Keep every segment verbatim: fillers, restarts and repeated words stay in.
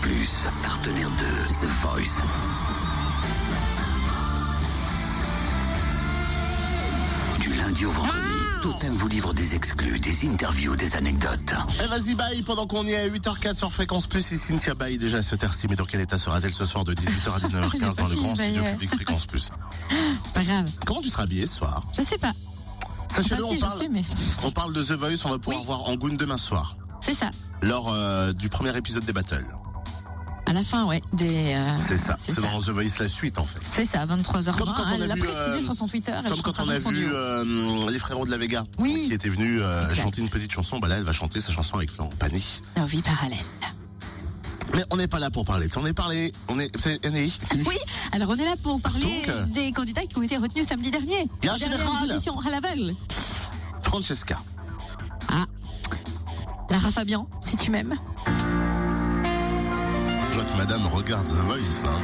Plus, partenaire de The Voice. Du lundi au vendredi, Totem vous livre des exclus, des interviews, des anecdotes. Eh vas-y, bye, pendant qu'on y est à huit heures quatre sur Fréquence Plus, et Cynthia Baye déjà ce terci, mais dans quel état sera-t-elle ce soir de dix-huit heures à dix-neuf heures quinze dans le grand studio public Fréquence Plus? C'est pas grave. Comment tu seras habillée ce soir? Je sais pas. Sachez-le, Enfin, on, si, parle, je sais, mais... on parle de The Voice, on va pouvoir Oui. voir Angoune demain soir. C'est ça. Lors euh, du premier épisode des Battles. À la fin, ouais. Des, euh, C'est ça, c'est ça. dans The Voice la suite en fait. C'est ça, vingt-trois heures vingt. Comme quand on a Elle l'a vu, précisé euh, sur son Twitter. Elle Comme quand chantera on a dans son vu duo. euh, les frérots de la Vega Oui. qui étaient venus euh, Exact. chanter une petite chanson, bah là elle va chanter sa chanson avec Florent Pagny. Nos vies parallèles. Mais on n'est pas là pour parler, on est parlé, on est, c'est, on est Oui, alors on est là pour parler Donc, des candidats qui ont été retenus samedi dernier. Il y a un Dernière général. audition à l'aveugle. Francesca. Ah, Lara Fabian, si tu m'aimes. Je vois que madame regarde The Voice. Hein.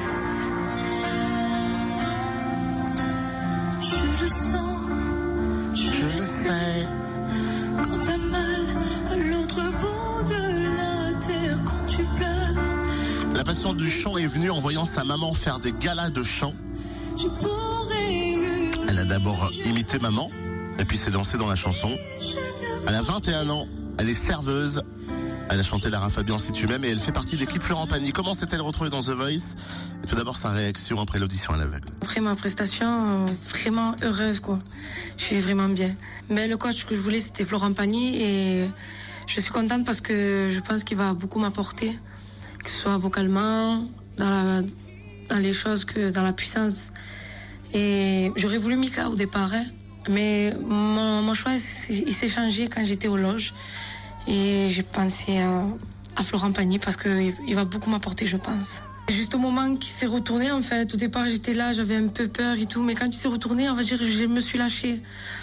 Je le sens, je, Je le sais. quand t'as mal à l'autre bout de la terre, quand tu pleures, La passion du chant est venue en voyant sa maman faire des galas de chant. je pourrais hurler. Elle a d'abord imité maman, et puis s'est lancée dans la chanson. Je ne Elle a vingt et un ans, elle est serveuse. Elle a chanté Lara Fabian si tu m'aimes et elle fait partie de l'équipe Florent Pagny. Comment s'est-elle retrouvée dans The Voice? Et tout d'abord sa réaction après l'audition à l'aveugle. Après ma prestation, euh, vraiment heureuse quoi. Je suis vraiment bien. Mais le coach que je voulais c'était Florent Pagny et je suis contente parce que je pense qu'il va beaucoup m'apporter, que ce soit vocalement, dans, la, dans les choses, que dans la puissance. Et j'aurais voulu Mika au départ, hein, mais mon, mon choix c'est- il s'est changé quand j'étais aux loges et j'ai pensé à, à Florent Pagny parce qu'il il va beaucoup m'apporter je pense. Juste au moment qu'il s'est retourné, en fait, au départ j'étais là, j'avais un peu peur et tout, mais quand il s'est retourné, on va dire, je me suis lâchée.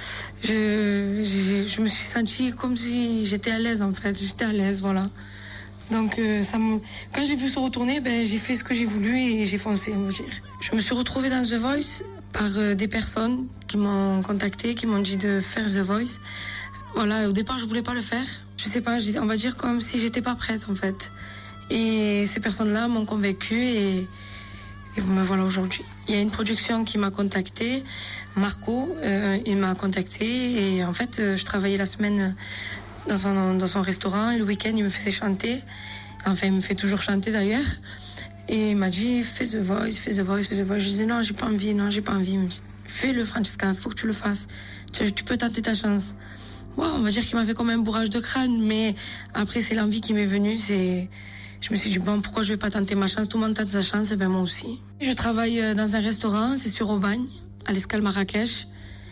Je, je, je me suis sentie comme si j'étais à l'aise, en fait, j'étais à l'aise, voilà. Donc, euh, ça me... quand j'ai vu se retourner, ben, j'ai fait ce que j'ai voulu et j'ai foncé, on va dire. Je me suis retrouvée dans The Voice par euh, des personnes qui m'ont contactée, qui m'ont dit de faire The Voice. Voilà, au départ, je voulais pas le faire. Je sais pas, on va dire comme si j'étais pas prête, en fait. Et ces personnes-là m'ont convaincue et, et me voilà aujourd'hui. Il y a une production qui m'a contactée, Marco, euh, il m'a contactée et en fait, euh, je travaillais la semaine dans son, dans son restaurant et le week-end, il me faisait chanter. Enfin, il me fait toujours chanter d'ailleurs. Et il m'a dit, fais The Voice, fais The Voice, fais The Voice. Je disais, non, j'ai pas envie, non, j'ai pas envie. Il me dit, fais-le, Francesca, faut que tu le fasses. Tu, tu peux tenter ta chance. Ouais, on va dire qu'il m'a fait comme un bourrage de crâne, mais après, c'est l'envie qui m'est venue, c'est... Je me suis dit, bon, pourquoi je vais pas tenter ma chance? Tout le monde tente sa chance, et ben moi aussi. Je travaille dans un restaurant, c'est sur Aubagne, à l'Escale Marrakech.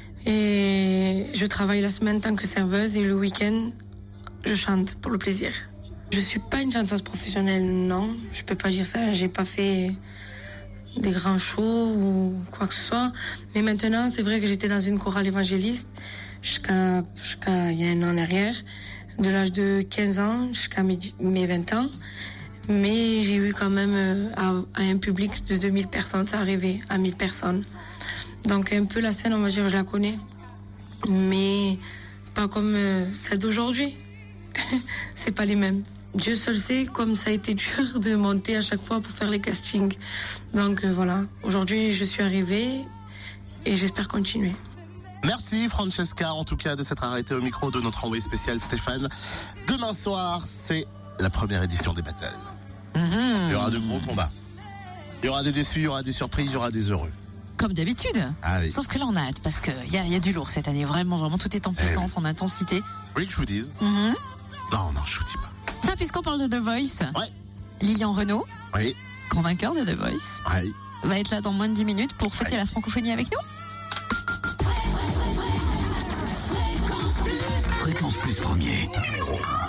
Et je travaille la semaine tant que serveuse et le week-end, je chante pour le plaisir. Je suis pas une chanteuse professionnelle, non. Je peux pas dire ça, j'ai pas fait des grands shows ou quoi que ce soit. Mais maintenant, c'est vrai que j'étais dans une chorale évangéliste jusqu'à, jusqu'à il y a un an en arrière, de l'âge de quinze ans jusqu'à mes, mes vingt ans. Mais j'ai eu quand même euh, à, à un public de deux mille personnes, ça arrivait à mille personnes. Donc un peu la scène, on va dire, je la connais. Mais pas comme euh, celle d'aujourd'hui. C'est pas les mêmes. Dieu seul sait comme ça a été dur de monter à chaque fois pour faire les castings. Donc euh, voilà, aujourd'hui je suis arrivée et j'espère continuer. Merci Francesca, en tout cas, de s'être arrêtée au micro de notre envoyé spécial Stéphane. Demain soir, c'est la première édition des Battles. Mmh. Il y aura de gros combats. Il y aura des déçus, il y aura des surprises, il y aura des heureux. Comme d'habitude. Ah oui. Sauf que là, on a hâte parce qu'il y a, y a du lourd cette année. Vraiment, vraiment, tout est en puissance, oui. en intensité. Vous voulez que je vous dise? Mhm. Non, non, je vous dis pas. Ça, puisqu'on parle de The Voice, Ouais. Lilian Renaud, Oui, grand vainqueur de The Voice, oui. va être là dans moins de dix minutes pour fêter Ouais. la francophonie avec nous. Fréquence Plus premier, numéro un.